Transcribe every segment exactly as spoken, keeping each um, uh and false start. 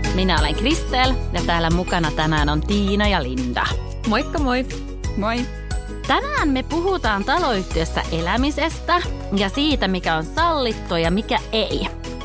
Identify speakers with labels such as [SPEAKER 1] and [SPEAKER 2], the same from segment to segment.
[SPEAKER 1] Minä olen Kristel ja täällä mukana tänään on Tiina ja Linda.
[SPEAKER 2] Moikka moi!
[SPEAKER 3] Moi!
[SPEAKER 1] Tänään me puhutaan taloyhtiössä elämisestä ja siitä, mikä on sallittua ja mikä ei.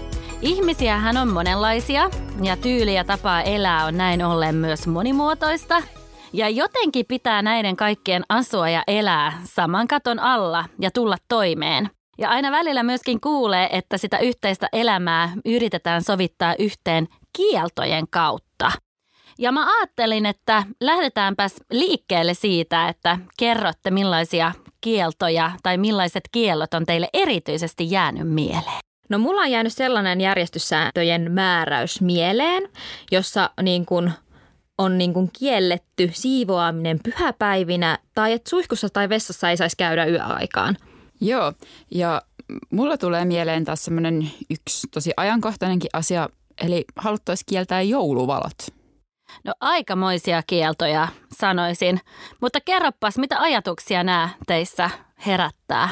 [SPEAKER 1] Ihmisiähän on monenlaisia ja tyyli ja tapa elää on näin ollen myös monimuotoista. Ja jotenkin pitää näiden kaikkien asua ja elää saman katon alla ja tulla toimeen. Ja aina välillä myöskin kuulee, että sitä yhteistä elämää yritetään sovittaa yhteen kieltojen kautta. Ja mä ajattelin, että lähdetäänpäs liikkeelle siitä, että kerrotte millaisia kieltoja tai millaiset kiellot on teille erityisesti jäänyt mieleen.
[SPEAKER 2] No mulla on jäänyt sellainen järjestyssääntöjen määräys mieleen, jossa niin kuin on niin kuin kielletty siivoaminen pyhäpäivinä tai että suihkussa tai vessassa ei saisi käydä yöaikaan.
[SPEAKER 3] Joo, ja mulla tulee mieleen taas semmoinen yksi tosi ajankohtainenkin asia, eli haluttaisiin kieltää jouluvalot.
[SPEAKER 1] No aikamoisia kieltoja sanoisin, mutta kerropas, mitä ajatuksia nämä teissä herättää?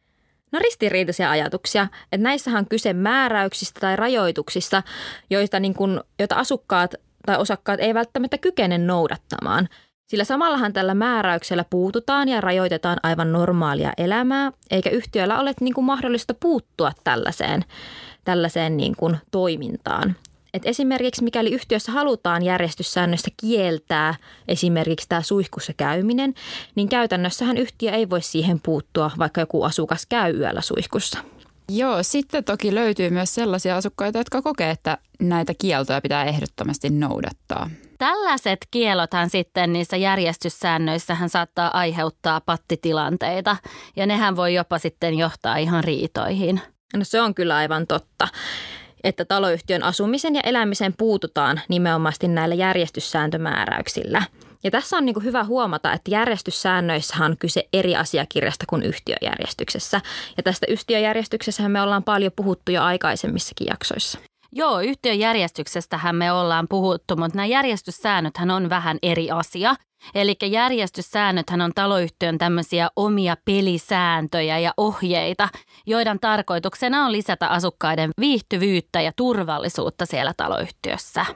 [SPEAKER 2] No ristiriitaisia ajatuksia, että näissähän on kyse määräyksistä tai rajoituksista, joita, niin kuin, joita asukkaat tai osakkaat ei välttämättä kykene noudattamaan. Sillä samallahan tällä määräyksellä puututaan ja rajoitetaan aivan normaalia elämää, eikä yhtiöllä ole niin kuin mahdollista puuttua tällaiseen, tällaiseen niin kuin toimintaan. Et esimerkiksi mikäli yhtiössä halutaan järjestyssäännöistä kieltää esimerkiksi tämä suihkussa käyminen, niin käytännössähän yhtiö ei voi siihen puuttua, vaikka joku asukas käy yöllä suihkussa.
[SPEAKER 3] Joo, sitten toki löytyy myös sellaisia asukkaita, jotka kokee, että näitä kieltoja pitää ehdottomasti noudattaa.
[SPEAKER 1] Tällaiset kielothan sitten niissä järjestyssäännöissähän saattaa aiheuttaa pattitilanteita ja nehän voi jopa sitten johtaa ihan riitoihin.
[SPEAKER 2] No se on kyllä aivan totta, että taloyhtiön asumisen ja elämisen puututaan nimenomaisesti näillä järjestyssääntömääräyksillä. Ja tässä on niin kuin hyvä huomata, että järjestyssäännöissä on kyse eri asiakirjasta kuin yhtiöjärjestyksessä. Ja tästä yhtiöjärjestyksessä me ollaan paljon puhuttu jo aikaisemmissakin jaksoissa.
[SPEAKER 1] Joo, yhtiöjärjestyksestähän me ollaan puhuttu, mutta nämä järjestyssäännöthän on vähän eri asia. Eli järjestyssäännöthän on taloyhtiön tämmöisiä omia pelisääntöjä ja ohjeita, joiden tarkoituksena on lisätä asukkaiden viihtyvyyttä ja turvallisuutta siellä taloyhtiössä.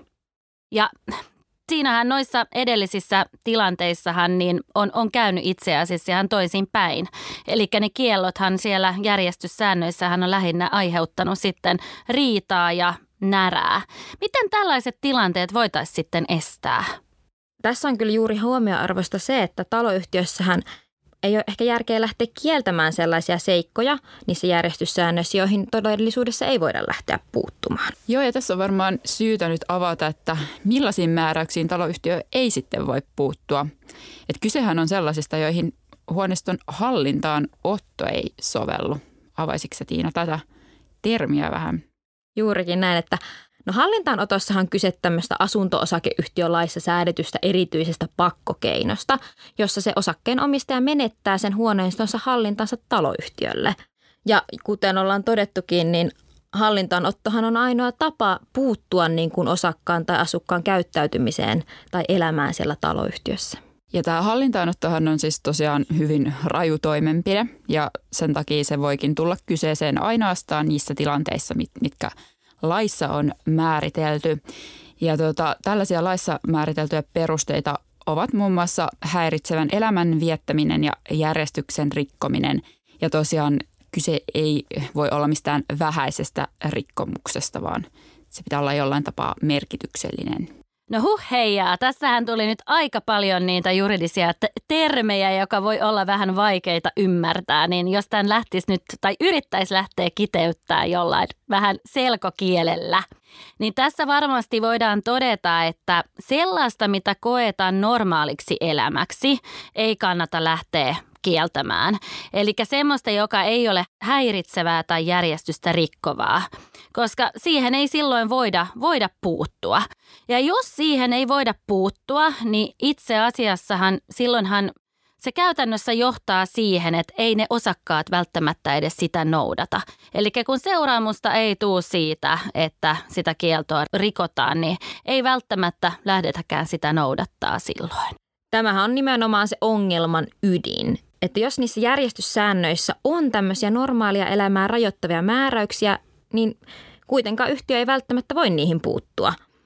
[SPEAKER 1] Ja siinähän noissa edellisissä tilanteissahan niin on, on käynyt itse asiassa ihan toisinpäin. Eli ne kiellothan siellä järjestyssäännöissähän on lähinnä aiheuttanut sitten riitaa ja närää. Miten tällaiset tilanteet voitaisiin sitten estää?
[SPEAKER 2] Tässä on kyllä juuri huomioarvoista se, että taloyhtiössähän ei ole ehkä järkeä lähteä kieltämään sellaisia seikkoja niissä järjestyssäännöissä, joihin todellisuudessa ei voida lähteä puuttumaan.
[SPEAKER 3] Joo, ja tässä on varmaan syytä nyt avata, että millaisiin määräyksiin taloyhtiö ei sitten voi puuttua. Et kysehän on sellaisista, joihin huoneiston hallintaan otto ei sovellu. Avaisitko sä, Tiina, tätä termiä vähän?
[SPEAKER 2] Juurikin näin, että no hallintaanotossahan on kyse tämmöistä asunto-osakeyhtiölaissa säädetystä erityisestä pakkokeinosta, jossa se osakkeenomistaja menettää sen huoneistonsa hallintansa taloyhtiölle. Ja kuten ollaan todettukin, niin hallintaanottohan on ainoa tapa puuttua niin kuin osakkaan tai asukkaan käyttäytymiseen tai elämään siellä taloyhtiössä.
[SPEAKER 3] Ja tämä hallintaanottohan on siis tosiaan hyvin raju toimenpide ja sen takia se voikin tulla kyseeseen ainoastaan niissä tilanteissa, mitkä laissa on määritelty. Ja tuota, tällaisia laissa määriteltyjä perusteita ovat muun muassa häiritsevän elämän viettäminen ja järjestyksen rikkominen. Ja tosiaan kyse ei voi olla mistään vähäisestä rikkomuksesta, vaan se pitää olla jollain tapaa merkityksellinen.
[SPEAKER 1] No huh heijaa, tässähän tuli nyt aika paljon niitä juridisia t- termejä, joka voi olla vähän vaikeita ymmärtää, niin jos tämän lähtisi nyt tai yrittäisi lähteä kiteyttää jollain vähän selkokielellä, niin tässä varmasti voidaan todeta, että sellaista, mitä koetaan normaaliksi elämäksi, ei kannata lähteä kieltämään. Eli semmoista, joka ei ole häiritsevää tai järjestystä rikkovaa, koska siihen ei silloin voida, voida puuttua. Ja jos siihen ei voida puuttua, niin itse asiassahan silloinhan se käytännössä johtaa siihen, että ei ne osakkaat välttämättä edes sitä noudata. Eli kun seuraamusta ei tule siitä, että sitä kieltoa rikotaan, niin ei välttämättä lähdetäkään sitä noudattaa silloin.
[SPEAKER 2] Tämähän on nimenomaan se ongelman ydin, että jos niissä järjestyssäännöissä on tämmöisiä normaalia elämää rajoittavia määräyksiä, niin kuitenkaan yhtiö ei välttämättä voi niihin puuttua.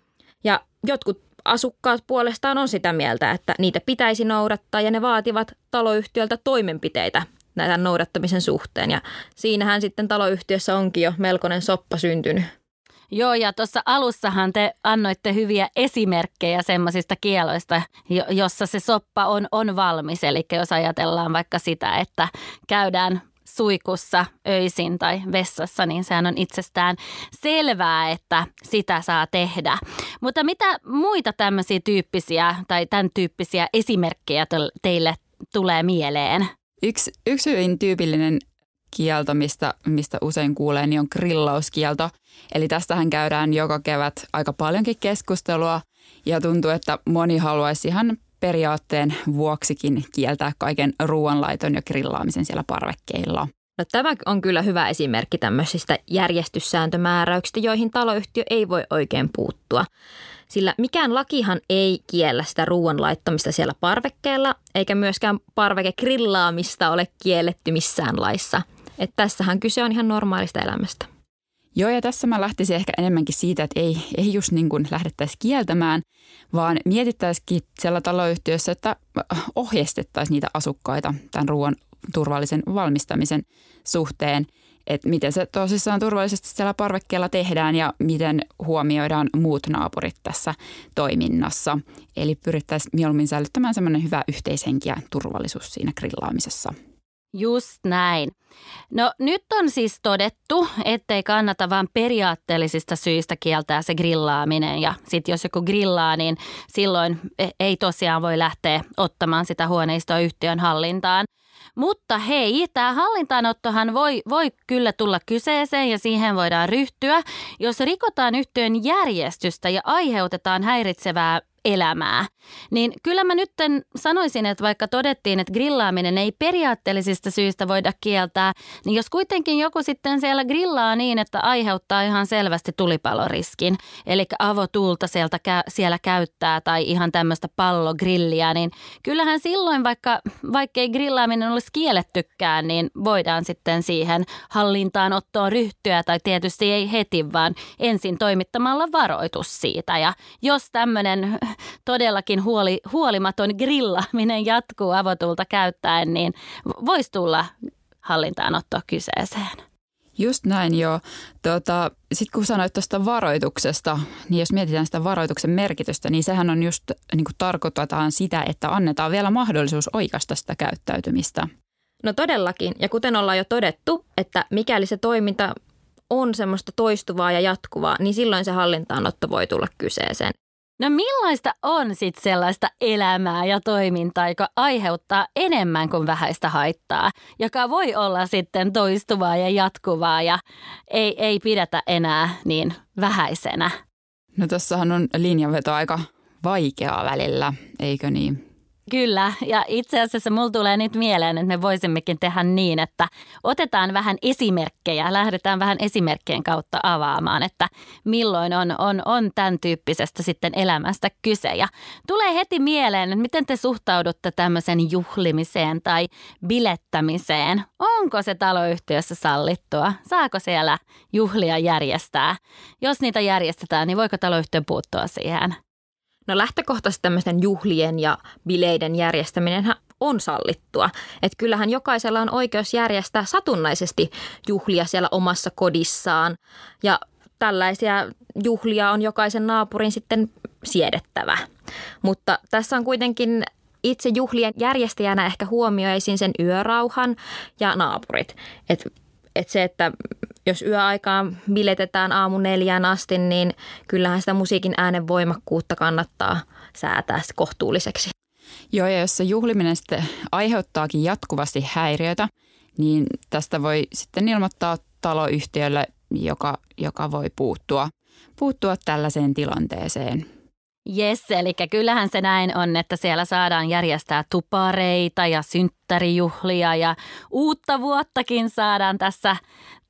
[SPEAKER 2] Ja jotkut asukkaat puolestaan on sitä mieltä, että niitä pitäisi noudattaa ja ne vaativat taloyhtiöltä toimenpiteitä näitä noudattamisen suhteen. Ja siinähän sitten taloyhtiössä onkin jo melkoinen soppa syntynyt.
[SPEAKER 1] Joo, ja tuossa alussahan te annoitte hyviä esimerkkejä semmoisista kieloista, jossa se soppa on, on valmis. Eli jos ajatellaan vaikka sitä, että käydään suikussa öisin tai vessassa, niin sehän on itsestään selvää, että sitä saa tehdä. Mutta mitä muita tämmöisiä tyyppisiä tai tämän tyyppisiä esimerkkejä teille tulee mieleen?
[SPEAKER 3] Yksi, yksi hyvin tyypillinen kielto, mistä, mistä usein kuulee, niin on grillauskielto. Eli tästähän käydään joka kevät aika paljonkin keskustelua ja tuntuu, että moni haluaisi ihan periaatteen vuoksikin kieltää kaiken ruoanlaiton ja grillaamisen siellä parvekkeilla.
[SPEAKER 2] No, tämä on kyllä hyvä esimerkki tämmöisistä järjestyssääntömääräyksistä, joihin taloyhtiö ei voi oikein puuttua. Sillä mikään lakihan ei kiellä sitä ruoan laittamista siellä parvekkeella, eikä myöskään parvekegrillaamista ole kielletty missään laissa. Että tässähän kyse on ihan normaalista elämästä.
[SPEAKER 3] Joo, ja tässä mä lähtisin ehkä enemmänkin siitä, että ei, ei just niin kuin lähdettäisi kieltämään, vaan mietittäisikin siellä taloyhtiössä, että ohjeistettaisiin niitä asukkaita tämän ruoan turvallisen valmistamisen suhteen, että miten se tosissaan turvallisesti siellä parvekkeella tehdään ja miten huomioidaan muut naapurit tässä toiminnassa. Eli pyrittäisiin mieluummin säilyttämään semmoinen hyvä yhteishenki ja turvallisuus siinä grillaamisessa.
[SPEAKER 1] Just näin. No nyt on siis todettu, ettei kannata vaan periaatteellisista syistä kieltää se grillaaminen. Ja sitten jos joku grillaa, niin silloin ei tosiaan voi lähteä ottamaan sitä huoneistoa yhtiön hallintaan. Mutta hei, tämä hallintaanottohan voi, voi kyllä tulla kyseeseen ja siihen voidaan ryhtyä, jos rikotaan yhtiön järjestystä ja aiheutetaan häiritsevää elämää. Niin kyllä mä nyt sanoisin, että vaikka todettiin, että grillaaminen ei periaatteellisista syistä voida kieltää, niin jos kuitenkin joku sitten siellä grillaa niin, että aiheuttaa ihan selvästi tulipaloriskin, eli avotuulta sieltä, siellä käyttää tai ihan tämmöistä pallogrilliä, niin kyllähän silloin, vaikka vaikkei grillaaminen olisi kiellettykään, niin voidaan sitten siihen hallintaanottoon ryhtyä tai tietysti ei heti, vaan ensin toimittamalla varoitus siitä. Ja jos tämmöinen todellakin huoli, huolimaton grillaaminen jatkuu avotulta käyttäen, niin voisi tulla hallintaanotto kyseeseen.
[SPEAKER 3] Just näin, joo. Tota, sitten kun sanoit tuosta varoituksesta, niin jos mietitään sitä varoituksen merkitystä, niin sehän on just niin kuin tarkoitetaan sitä, että annetaan vielä mahdollisuus oikaista sitä käyttäytymistä.
[SPEAKER 2] No todellakin, ja kuten ollaan jo todettu, että mikäli se toiminta on semmoista toistuvaa ja jatkuvaa, niin silloin se hallintaanotto voi tulla kyseeseen.
[SPEAKER 1] No millaista on sitten sellaista elämää ja toimintaa, joka aiheuttaa enemmän kuin vähäistä haittaa, joka voi olla sitten toistuvaa ja jatkuvaa ja ei, ei pidetä enää niin vähäisenä?
[SPEAKER 3] No tossahan on linjanveto aika vaikeaa välillä, eikö niin?
[SPEAKER 1] Kyllä, ja itse asiassa mulla tulee nyt mieleen, että me voisimmekin tehdä niin, että otetaan vähän esimerkkejä, lähdetään vähän esimerkkien kautta avaamaan, että milloin on, on, on tämän tyyppisestä sitten elämästä kyse. Ja tulee heti mieleen, että miten te suhtaudutte tämmöisen juhlimiseen tai bilettämiseen. Onko se taloyhtiössä sallittua? Saako siellä juhlia järjestää? Jos niitä järjestetään, niin voiko taloyhtiö puuttua siihen?
[SPEAKER 2] No lähtökohtaisesti tämmöisten juhlien ja bileiden järjestäminen on sallittua. Että kyllähän jokaisella on oikeus järjestää satunnaisesti juhlia siellä omassa kodissaan. Ja tällaisia juhlia on jokaisen naapurin sitten siedettävä. Mutta tässä on kuitenkin itse juhlien järjestäjänä ehkä huomioisin sen yörauhan ja naapurit. Että et se, että jos yöaikaan biletetään aamu neljään asti, niin kyllähän sitä musiikin äänen voimakkuutta kannattaa säätää kohtuulliseksi.
[SPEAKER 3] Joo, ja jos se juhliminen sitten aiheuttaakin jatkuvasti häiriötä, niin tästä voi sitten ilmoittaa taloyhtiölle, joka, joka voi puuttua, puuttua tällaiseen tilanteeseen.
[SPEAKER 1] Jes, eli kyllähän se näin on, että siellä saadaan järjestää tupareita ja synttärijuhlia ja uutta vuottakin saadaan tässä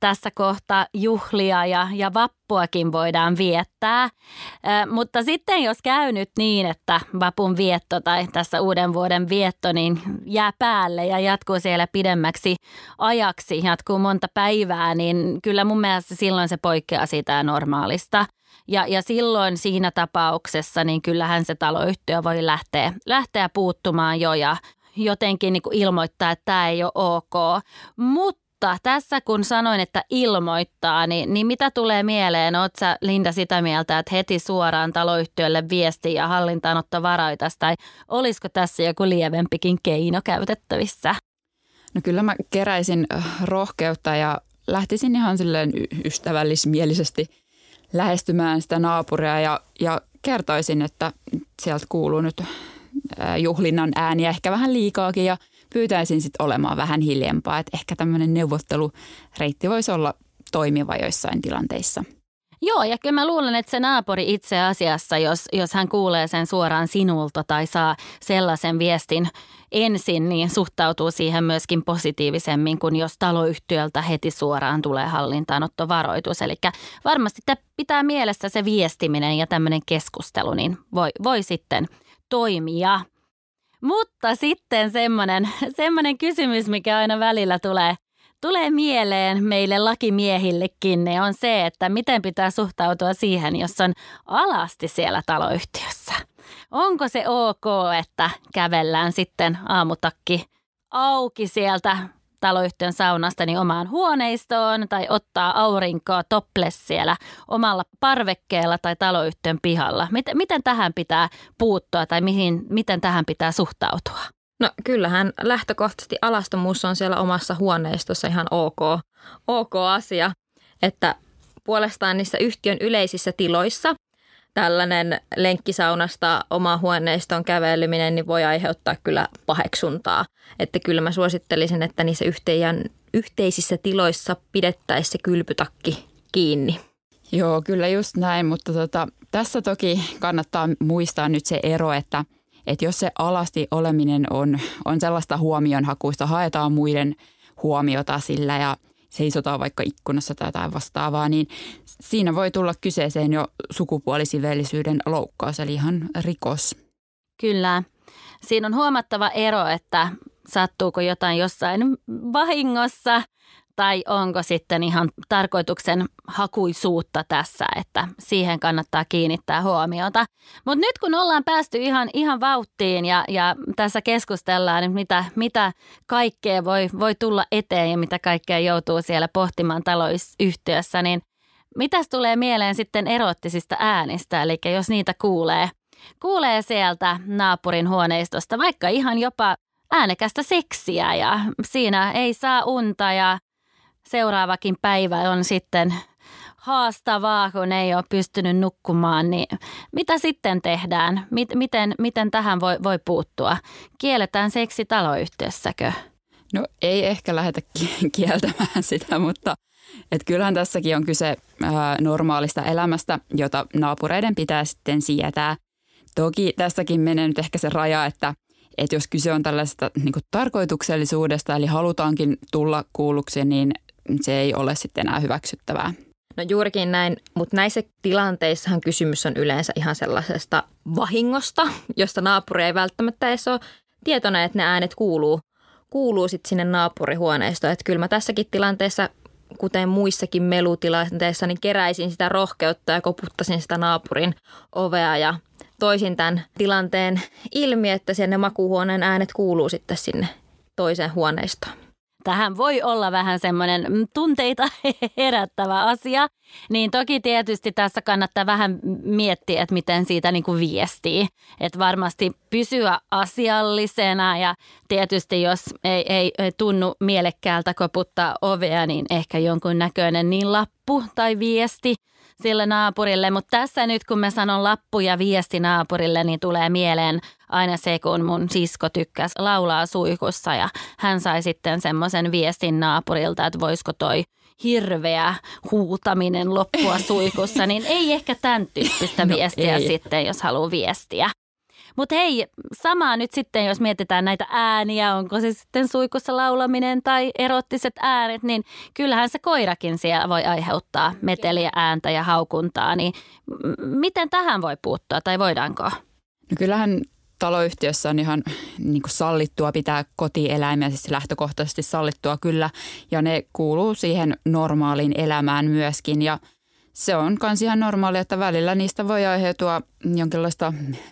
[SPEAKER 1] tässä kohtaa juhlia ja, ja vappuakin voidaan viettää. Äh, mutta sitten jos käy nyt niin, että vapun vietto tai tässä uuden vuoden vietto niin jää päälle ja jatkuu siellä pidemmäksi ajaksi, jatkuu monta päivää, niin kyllä mun mielestä silloin se poikkeaa siitä normaalista. Ja, ja silloin siinä tapauksessa niin kyllähän se taloyhtiö voi lähteä, lähteä puuttumaan jo ja jotenkin niin kuin ilmoittaa, että tämä ei ole ok. Mutta tässä kun sanoin, että ilmoittaa, niin, niin mitä tulee mieleen? Oletko sä, Linda, sitä mieltä, että heti suoraan taloyhtiölle viesti ja hallintaanotto varoitas? Tai olisiko tässä joku lievempikin keino käytettävissä?
[SPEAKER 3] No kyllä mä keräisin rohkeutta ja lähtisin ihan silleen ystävällismielisesti lähestymään sitä naapuria ja, ja kertoisin, että sieltä kuuluu nyt juhlinnan ääniä ehkä vähän liikaakin ja pyytäisin sitten olemaan vähän hiljempaa, että ehkä tämmöinen neuvottelureitti voisi olla toimiva joissain tilanteissa.
[SPEAKER 1] Joo, ja kyllä mä luulen, että se naapuri itse asiassa, jos, jos hän kuulee sen suoraan sinulta tai saa sellaisen viestin ensin, niin suhtautuu siihen myöskin positiivisemmin kuin jos taloyhtiöltä heti suoraan tulee hallintaanottovaroitus. Eli varmasti pitää mielessä se viestiminen ja tämmöinen keskustelu, niin voi, voi sitten toimia. Mutta sitten semmoinen, semmoinen kysymys, mikä aina välillä tulee, tulee mieleen meille lakimiehillekin, niin on se, että miten pitää suhtautua siihen, jos on alasti siellä taloyhtiössä. Onko se ok, että kävellään sitten aamutakki auki sieltä taloyhtiön saunasta niin omaan huoneistoon tai ottaa aurinkoa topless siellä omalla parvekkeella tai taloyhtiön pihalla? Miten, miten tähän pitää puuttua tai mihin, miten tähän pitää suhtautua?
[SPEAKER 2] No kyllähän lähtökohtaisesti alastomuus on siellä omassa huoneistossa ihan ok, ok asia, että puolestaan niissä yhtiön yleisissä tiloissa tällainen lenkkisaunasta omaan huoneistoon kävelyminen niin voi aiheuttaa kyllä paheksuntaa. Että kyllä mä suosittelisin, että niissä yhteijän, yhteisissä tiloissa pidettäisiin se kylpytakki kiinni.
[SPEAKER 3] Joo, kyllä just näin, mutta tota, tässä toki kannattaa muistaa nyt se ero, että Että jos se alasti oleminen on, on sellaista huomionhakuista, haetaan muiden huomiota sillä ja seisotaan vaikka ikkunassa tai jotain vastaavaa, niin siinä voi tulla kyseeseen jo sukupuolisiveellisyyden loukkaus, eli ihan rikos.
[SPEAKER 1] Kyllä. Siinä on huomattava ero, että sattuuko jotain jossain vahingossa tai onko sitten ihan tarkoituksen hakuisuutta tässä, että siihen kannattaa kiinnittää huomiota. Mutta nyt kun ollaan päästy ihan, ihan vauhtiin ja, ja tässä keskustellaan, niin mitä, mitä kaikkea voi, voi tulla eteen ja mitä kaikkea joutuu siellä pohtimaan taloyhtiössä, niin mitäs tulee mieleen sitten eroottisista äänistä, eli jos niitä kuulee, kuulee sieltä naapurin huoneistosta, vaikka ihan jopa äänekästä seksiä ja siinä ei saa unta ja seuraavakin päivä on sitten haastavaa, kun ei ole pystynyt nukkumaan, niin mitä sitten tehdään? Miten, miten tähän voi, voi puuttua? Kielletään seksi taloyhtiössäkö?
[SPEAKER 3] No ei ehkä lähdetä kieltämään sitä, mutta et kyllähän tässäkin on kyse ää, normaalista elämästä, jota naapureiden pitää sitten sietää. Toki tässäkin menee nyt ehkä se raja, että et jos kyse on tällaisesta niin kuin tarkoituksellisuudesta, eli halutaankin tulla kuulluksi, niin se ei ole sitten enää hyväksyttävää.
[SPEAKER 2] No juurikin näin, mutta näissä tilanteissahan kysymys on yleensä ihan sellaisesta vahingosta, josta naapuri ei välttämättä edes ole tietoinen, että ne äänet kuuluu, kuuluu sitten sinne naapurihuoneistoon. Että kyllä mä tässäkin tilanteessa, kuten muissakin melutilanteissa, niin keräisin sitä rohkeutta ja koputtaisin sitä naapurin ovea ja toisin tämän tilanteen ilmi, että sinne makuuhuoneen äänet kuuluu sitten sinne toiseen huoneistoon.
[SPEAKER 1] Tähän voi olla vähän semmoinen tunteita herättävä asia, niin toki tietysti tässä kannattaa vähän miettiä, että miten siitä niin kuin viestii. Että varmasti pysyä asiallisena ja tietysti jos ei, ei, ei tunnu mielekkäältä koputtaa ovea, niin ehkä jonkun näköinen niin lappu tai viesti sille naapurille. Mutta tässä nyt kun mä sanon lappu ja viesti naapurille, niin tulee mieleen aina se, kun mun sisko tykkäsi laulaa suihkussa ja hän sai sitten semmoisen viestin naapurilta, että voisiko toi hirveä huutaminen loppua suihkussa, niin ei ehkä tämän tyyppistä viestiä no, sitten, jos haluaa viestiä. Mutta hei, samaa nyt sitten, jos mietitään näitä ääniä, onko se sitten suikussa laulaminen tai erottiset äänet, niin kyllähän se koirakin siellä voi aiheuttaa meteliä, ääntä ja haukuntaa. Niin miten tähän voi puuttua tai voidaanko?
[SPEAKER 3] No kyllähän taloyhtiössä on ihan niin kuin sallittua pitää kotieläimiä, siis lähtökohtaisesti sallittua kyllä, ja ne kuuluu siihen normaaliin elämään myöskin, ja se on myös ihan normaalia, että välillä niistä voi aiheutua jonkinlaista,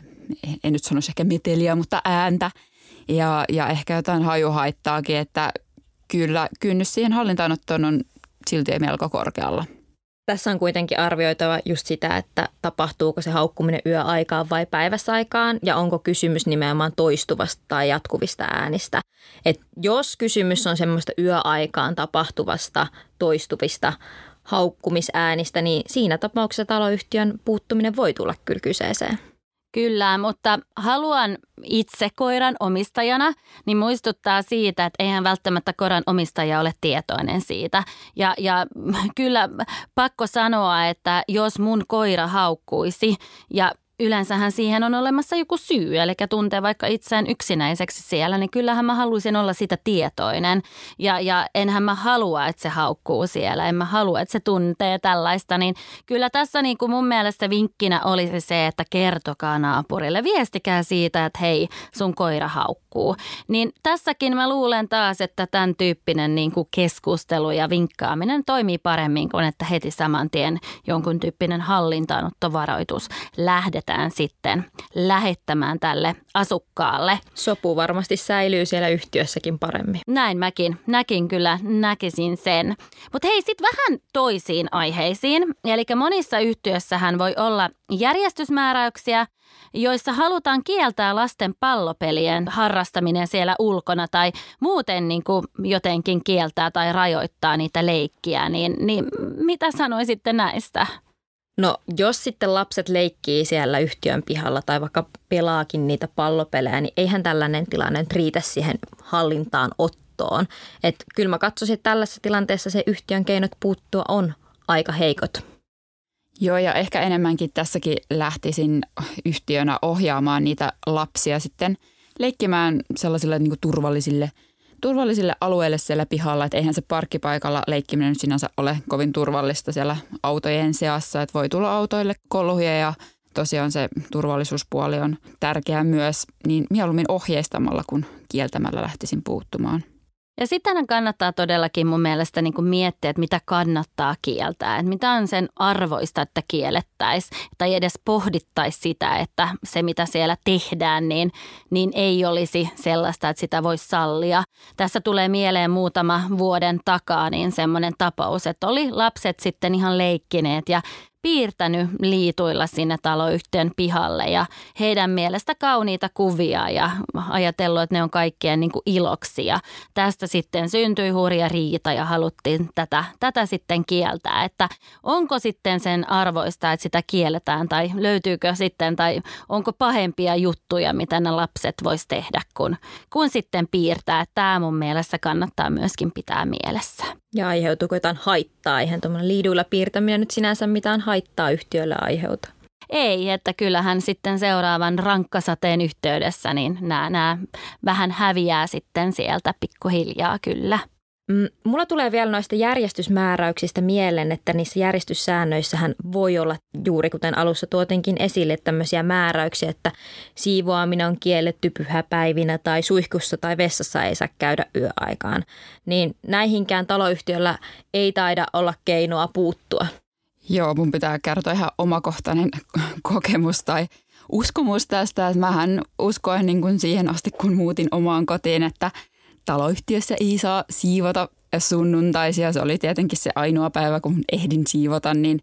[SPEAKER 3] en nyt sanoisi ehkä meteliä, mutta ääntä ja, ja ehkä jotain hajuhaittaakin, että kyllä kynnys siihen hallintaanottoon on silti melko korkealla.
[SPEAKER 2] Tässä on kuitenkin arvioitava just sitä, että tapahtuuko se haukkuminen yöaikaan vai päiväsaikaan ja onko kysymys nimenomaan toistuvasta tai jatkuvista äänistä. Et jos kysymys on semmoista yöaikaan tapahtuvasta toistuvista haukkumisäänistä, niin siinä tapauksessa taloyhtiön puuttuminen voi tulla kyllä kyseeseen.
[SPEAKER 1] Kyllä, mutta haluan itse koiran omistajana niin muistuttaa siitä, että eihän välttämättä koiran omistaja ole tietoinen siitä. Ja, ja kyllä pakko sanoa, että jos mun koira haukkuisi ja yleensähän siihen on olemassa joku syy, eli tuntee vaikka itseään yksinäiseksi siellä, niin kyllähän mä haluaisin olla sitä tietoinen. Ja, ja enhän mä halua, että se haukkuu siellä, en mä halua, että se tuntee tällaista. Niin kyllä tässä niin kuin mun mielestä vinkkinä olisi se, että kertokaa naapurille, viestikää siitä, että hei, sun koira haukkuu. Niin tässäkin mä luulen taas, että tämän tyyppinen niin kuin keskustelu ja vinkkaaminen toimii paremmin kuin että heti saman tien jonkun tyyppinen hallintaanottovaroitus lähdetään sitten lähettämään tälle asukkaalle.
[SPEAKER 2] Sopu varmasti säilyy siellä yhtiössäkin paremmin.
[SPEAKER 1] Näin mäkin, näkin kyllä, näkisin sen. Mutta hei, sitten vähän toisiin aiheisiin. Eli monissa yhtiössähän voi olla järjestysmääräyksiä, joissa halutaan kieltää lasten pallopelien harrastaminen siellä ulkona tai muuten niin kuin jotenkin kieltää tai rajoittaa niitä leikkiä. Niin, niin mitä sanoisitte näistä?
[SPEAKER 2] No jos sitten lapset leikkii siellä yhtiön pihalla tai vaikka pelaakin niitä pallopelejä, niin eihän tällainen tilanne riitä siihen hallintaan ottoon. Että kyllä mä katsoisin, että tällaisessa tilanteessa se yhtiön keinot puuttua on aika heikot.
[SPEAKER 3] Joo, ja ehkä enemmänkin tässäkin lähtisin yhtiönä ohjaamaan niitä lapsia sitten leikkimään sellaisille niin kuin turvallisille turvallisille alueille siellä pihalla, että eihän se parkkipaikalla leikkiminen nyt sinänsä ole kovin turvallista siellä autojen seassa, että voi tulla autoille kolhuja ja tosiaan se turvallisuuspuoli on tärkeä myös, niin mieluummin ohjeistamalla kuin kieltämällä lähtisin puuttumaan.
[SPEAKER 1] Ja sitten kannattaa todellakin mun mielestä niin kuin miettiä, että mitä kannattaa kieltää, että mitä on sen arvoista, että kiellettäisiin tai edes pohdittaisiin sitä, että se mitä siellä tehdään, niin, niin ei olisi sellaista, että sitä voisi sallia. Tässä tulee mieleen muutama vuoden takaa niin semmoinen tapaus, että oli lapset sitten ihan leikkineet ja piirtänyt liituilla sinne taloyhtiön pihalle ja heidän mielestä kauniita kuvia ja ajatellut, että ne on kaikkien niin kuin iloksi. Ja tästä sitten syntyi hurja riita ja haluttiin tätä, tätä sitten kieltää, että onko sitten sen arvoista, että sitä kielletään tai löytyykö sitten tai onko pahempia juttuja, mitä ne lapset vois tehdä, kun, kun sitten piirtää. Tämä mun mielestä kannattaa myöskin pitää mielessä.
[SPEAKER 2] Ja aiheutuuko jotain haittaa? Eihän tuommoinen liiduilla piirtäminen nyt sinänsä mitään haittaa yhtiölle aiheuta.
[SPEAKER 1] Ei, että kyllähän sitten seuraavan rankkasateen yhteydessä niin nämä, nämä vähän häviää sitten sieltä pikkuhiljaa kyllä.
[SPEAKER 2] Mulla tulee vielä noista järjestysmääräyksistä mieleen, että niissä järjestyssäännöissähän voi olla juuri kuten alussa tuotinkin esille tämmöisiä määräyksiä, että siivoaminen on kielletty pyhäpäivinä tai suihkussa tai vessassa ei saa käydä yöaikaan. Niin näihinkään taloyhtiöllä ei taida olla keinoa puuttua.
[SPEAKER 3] Joo, mun pitää kertoa ihan omakohtainen kokemus tai uskomus tästä, että mähän uskoin niin kuin siihen asti, kun muutin omaan kotiin, että taloyhtiössä ei saa siivota sunnuntaisia. Se oli tietenkin se ainoa päivä, kun ehdin siivota, niin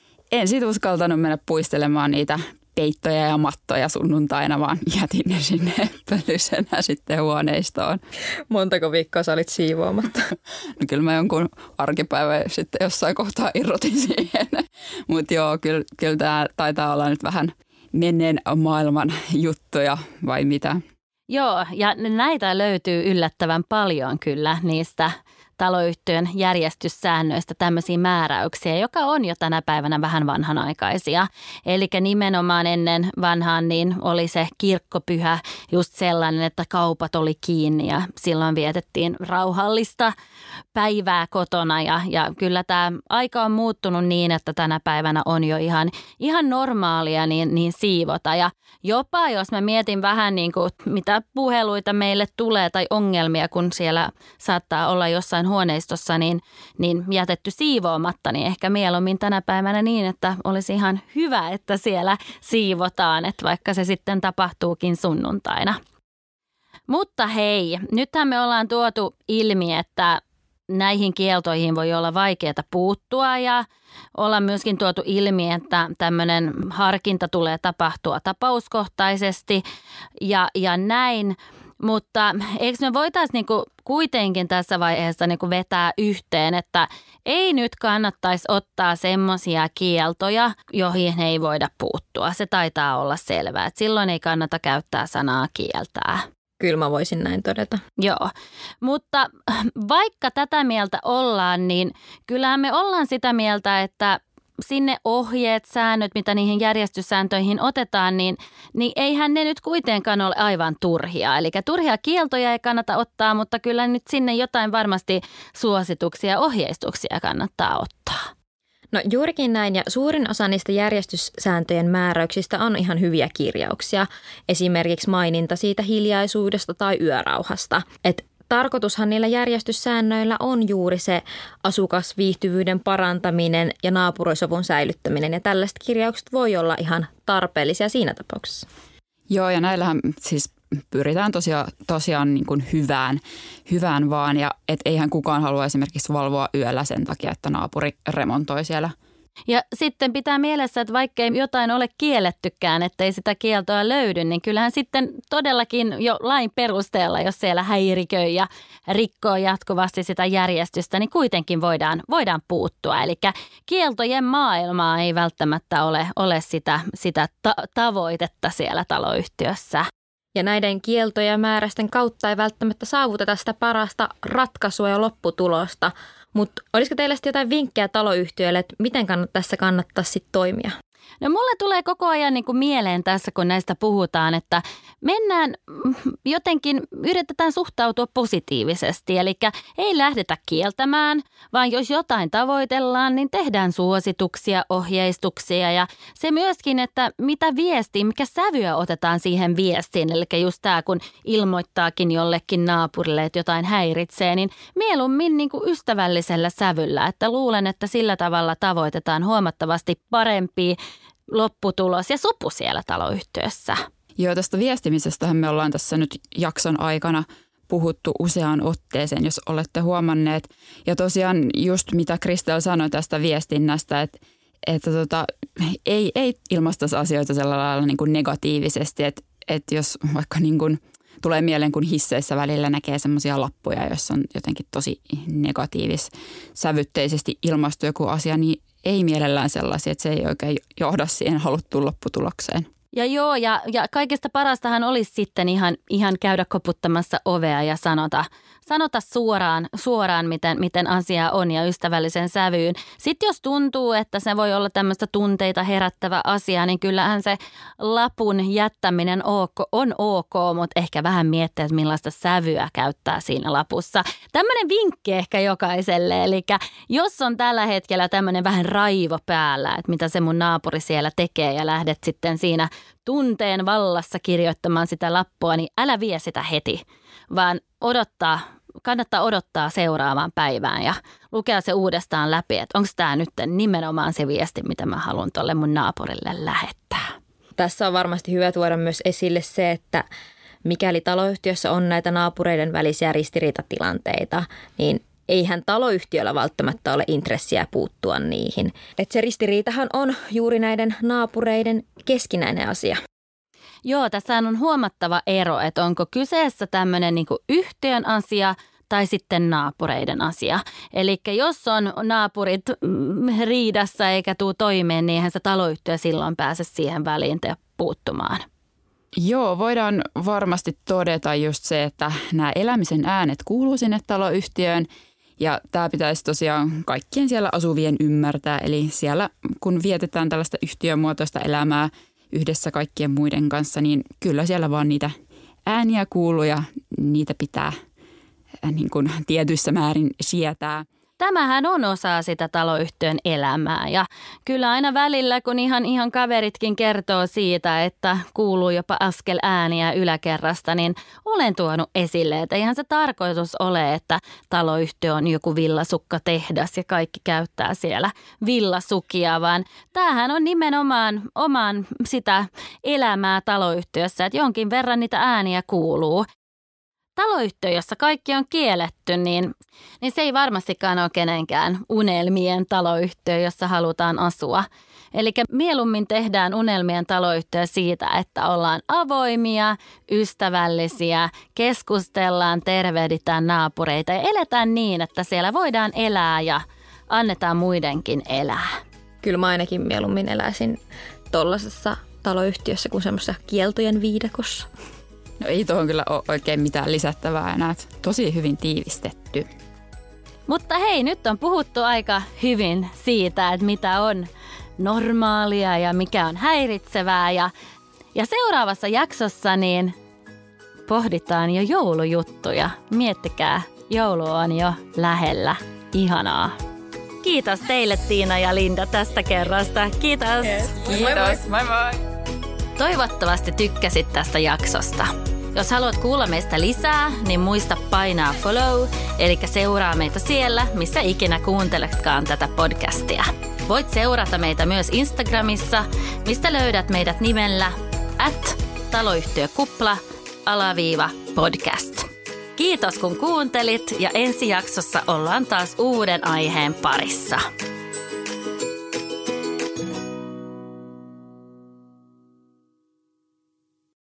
[SPEAKER 3] en sit uskaltanut mennä puistelemaan niitä peittoja ja mattoja sunnuntaina, vaan jätin ne sinne pölysenä sitten huoneistoon.
[SPEAKER 2] Montako viikkoa sä olit siivoamatta?
[SPEAKER 3] No kyllä mä jonkun arkipäivän sitten jossain kohtaa irrotin siihen. Mutta joo, kyllä, kyllä tämä taitaa olla nyt vähän menneen maailman juttuja vai mitä?
[SPEAKER 1] Joo, ja näitä löytyy yllättävän paljon kyllä niistä taloyhtiön järjestyssäännöistä tämmöisiä määräyksiä, joka on jo tänä päivänä vähän vanhanaikaisia. Eli nimenomaan ennen vanhaan niin oli se kirkkopyhä just sellainen, että kaupat oli kiinni ja silloin vietettiin rauhallista päivää kotona. Ja, ja kyllä tämä aika on muuttunut niin, että tänä päivänä on jo ihan, ihan normaalia niin, niin siivota. Ja jopa jos mä mietin vähän niin kuin mitä puheluita meille tulee tai ongelmia, kun siellä saattaa olla jossain huoneistossa niin, niin jätetty siivoamatta, niin ehkä mieluummin tänä päivänä niin, että olisi ihan hyvä, että siellä siivotaan, että vaikka se sitten tapahtuukin sunnuntaina. Mutta hei, nythän me ollaan tuotu ilmi, että näihin kieltoihin voi olla vaikeaa puuttua ja olla myöskin tuotu ilmi, että tämmöinen harkinta tulee tapahtua tapauskohtaisesti ja, ja näin. Mutta eikö me voitaisiin niinku kuitenkin tässä vaiheessa niinku vetää yhteen, että ei nyt kannattaisi ottaa semmoisia kieltoja, joihin ei voida puuttua. Se taitaa olla selvää, että silloin ei kannata käyttää sanaa kieltää.
[SPEAKER 2] Kyllä mä voisin näin todeta.
[SPEAKER 1] Joo, mutta vaikka tätä mieltä ollaan, niin kyllähän me ollaan sitä mieltä, että sinne ohjeet, säännöt, mitä niihin järjestyssääntöihin otetaan, niin, niin eihän ne nyt kuitenkaan ole aivan turhia. Eli turhia kieltoja ei kannata ottaa, mutta kyllä nyt sinne jotain varmasti suosituksia ja ohjeistuksia kannattaa ottaa.
[SPEAKER 2] No juurikin näin, ja suurin osa niistä järjestyssääntöjen määräyksistä on ihan hyviä kirjauksia. Esimerkiksi maininta siitä hiljaisuudesta tai yörauhasta. Et tarkoitushan niillä järjestyssäännöillä on juuri se asukasviihtyvyyden parantaminen ja naapuruisovun säilyttäminen. Ja tällaiset kirjaukset voi olla ihan tarpeellisia siinä tapauksessa.
[SPEAKER 3] Joo, ja näillähän siis pyritään tosiaan, tosiaan niin kuin hyvään, hyvään vaan. Ja et eihän kukaan halua esimerkiksi valvoa yöllä sen takia, että naapuri remontoi siellä.
[SPEAKER 1] Ja sitten pitää mielessä, että vaikka ei jotain ole kiellettykään, ettei sitä kieltoa löydy, niin kyllähän sitten todellakin jo lain perusteella, jos siellä häiriköi ja rikkoo jatkuvasti sitä järjestystä, niin kuitenkin voidaan, voidaan puuttua. Eli kieltojen maailmaa ei välttämättä ole, ole sitä, sitä ta- tavoitetta siellä taloyhtiössä.
[SPEAKER 2] Ja näiden kieltojen ja määräisten kautta ei välttämättä saavuteta sitä parasta ratkaisua ja lopputulosta. Mutta olisiko teillä sitten jotain vinkkejä taloyhtiöille, että miten kannat, tässä kannattaisi sitten toimia?
[SPEAKER 1] No mulle tulee koko ajan niin kuin mieleen tässä, kun näistä puhutaan, että mennään jotenkin, yritetään suhtautua positiivisesti. Eli ei lähdetä kieltämään, vaan jos jotain tavoitellaan, niin tehdään suosituksia, ohjeistuksia. Ja se myöskin, että mitä viestiä, mikä sävyä otetaan siihen viestiin. Eli just tämä, kun ilmoittaakin jollekin naapurille, että jotain häiritsee, niin mieluummin niin kuin ystävällisellä sävyllä. Että luulen, että sillä tavalla tavoitetaan huomattavasti parempia lopputulos ja sopu siellä taloyhtiössä.
[SPEAKER 3] Joo, tästä viestimisestähän me ollaan tässä nyt jakson aikana puhuttu useaan otteeseen, jos olette huomanneet. Ja tosiaan just mitä Kristel sanoi tästä viestinnästä, että, että tota, ei, ei ilmastaisi asioita sellaisella lailla niin kuin negatiivisesti, että, että jos vaikka niin kuin tulee mieleen, kun hisseissä välillä näkee semmoisia lappuja, joissa on jotenkin tosi negatiivis-sävytteisesti ilmastu joku asia, niin ei mielellään sellaisia, että se ei oikein johda siihen haluttuun lopputulokseen.
[SPEAKER 1] Ja joo, ja, ja kaikista parastahan olisi sitten ihan, ihan käydä koputtamassa ovea ja sanota, sanota suoraan, suoraan miten, miten asia on ja ystävällisen sävyyn. Sitten jos tuntuu, että se voi olla tämmöistä tunteita herättävä asia, niin kyllähän se lapun jättäminen on ok, mutta ehkä vähän miettiä, että millaista sävyä käyttää siinä lapussa. Tämmöinen vinkki ehkä jokaiselle, eli jos on tällä hetkellä tämmöinen vähän raivo päällä, että mitä se mun naapuri siellä tekee ja lähdet sitten siinä tunteen vallassa kirjoittamaan sitä lappua, niin älä vie sitä heti, vaan odottaa, kannattaa odottaa seuraavaan päivään ja lukea se uudestaan läpi, että onko tämä nyt nimenomaan se viesti, mitä mä haluan tuolle mun naapurille lähettää.
[SPEAKER 2] Tässä on varmasti hyvä tuoda myös esille se, että mikäli taloyhtiössä on näitä naapureiden välisiä ristiriitatilanteita, niin eihän taloyhtiöllä välttämättä ole intressiä puuttua niihin. Et se ristiriitahan on juuri näiden naapureiden keskinäinen asia.
[SPEAKER 1] Joo, tässä on huomattava ero, että onko kyseessä tämmöinen niin kuin yhtiön asia tai sitten naapureiden asia. Eli jos on naapurit riidassa eikä tule toimeen, niin eihän se taloyhtiö silloin pääse siihen väliin puuttumaan.
[SPEAKER 3] Joo, voidaan varmasti todeta just se, että nämä elämisen äänet kuuluu sinne taloyhtiöön Ja tämä pitäisi tosiaan kaikkien siellä asuvien ymmärtää. Eli siellä kun vietetään tällaista yhtiömuotoista elämää yhdessä kaikkien muiden kanssa, niin kyllä siellä vaan niitä ääniä kuuluu ja niitä pitää niin kuin tietyissä määrin sietää.
[SPEAKER 1] Tämähän on osa sitä taloyhtiön elämää ja kyllä aina välillä, kun ihan, ihan kaveritkin kertoo siitä, että kuuluu jopa askel ääniä yläkerrasta, niin olen tuonut esille, että eihän se tarkoitus ole, että taloyhtiö on joku villasukkatehdas ja kaikki käyttää siellä villasukia, vaan tämähän on nimenomaan oman sitä elämää taloyhtiössä, että jonkin verran niitä ääniä kuuluu. Taloyhtiö, jossa kaikki on kielletty, niin, niin se ei varmastikaan ole kenenkään unelmien taloyhtiö, jossa halutaan asua. Eli mieluummin tehdään unelmien taloyhtiö siitä, että ollaan avoimia, ystävällisiä, keskustellaan, tervehditään naapureita ja eletään niin, että siellä voidaan elää ja annetaan muidenkin elää.
[SPEAKER 2] Kyllä mä ainakin mieluummin eläisin tollasessa taloyhtiössä kuin semmoisessa kieltojen viidakossa.
[SPEAKER 3] No ei tuohon kyllä ole oikein mitään lisättävää enää. Tosi hyvin tiivistetty.
[SPEAKER 1] Mutta hei, nyt on puhuttu aika hyvin siitä, että mitä on normaalia ja mikä on häiritsevää. Ja, ja seuraavassa jaksossa niin pohditaan jo joulujuttuja. Miettikää, joulu on jo lähellä. Ihanaa. Kiitos teille Tiina ja Linda tästä kerrasta. Kiitos.
[SPEAKER 3] Yes. Kiitos. Moi moi.
[SPEAKER 1] Toivottavasti tykkäsit tästä jaksosta. Jos haluat kuulla meistä lisää, niin muista painaa follow, eli seuraa meitä siellä, missä ikinä kuunteletkaan tätä podcastia. Voit seurata meitä myös Instagramissa, mistä löydät meidät nimellä at taloyhtiökupla alaviiva podcast. Kiitos kun kuuntelit ja ensi jaksossa ollaan taas uuden aiheen parissa.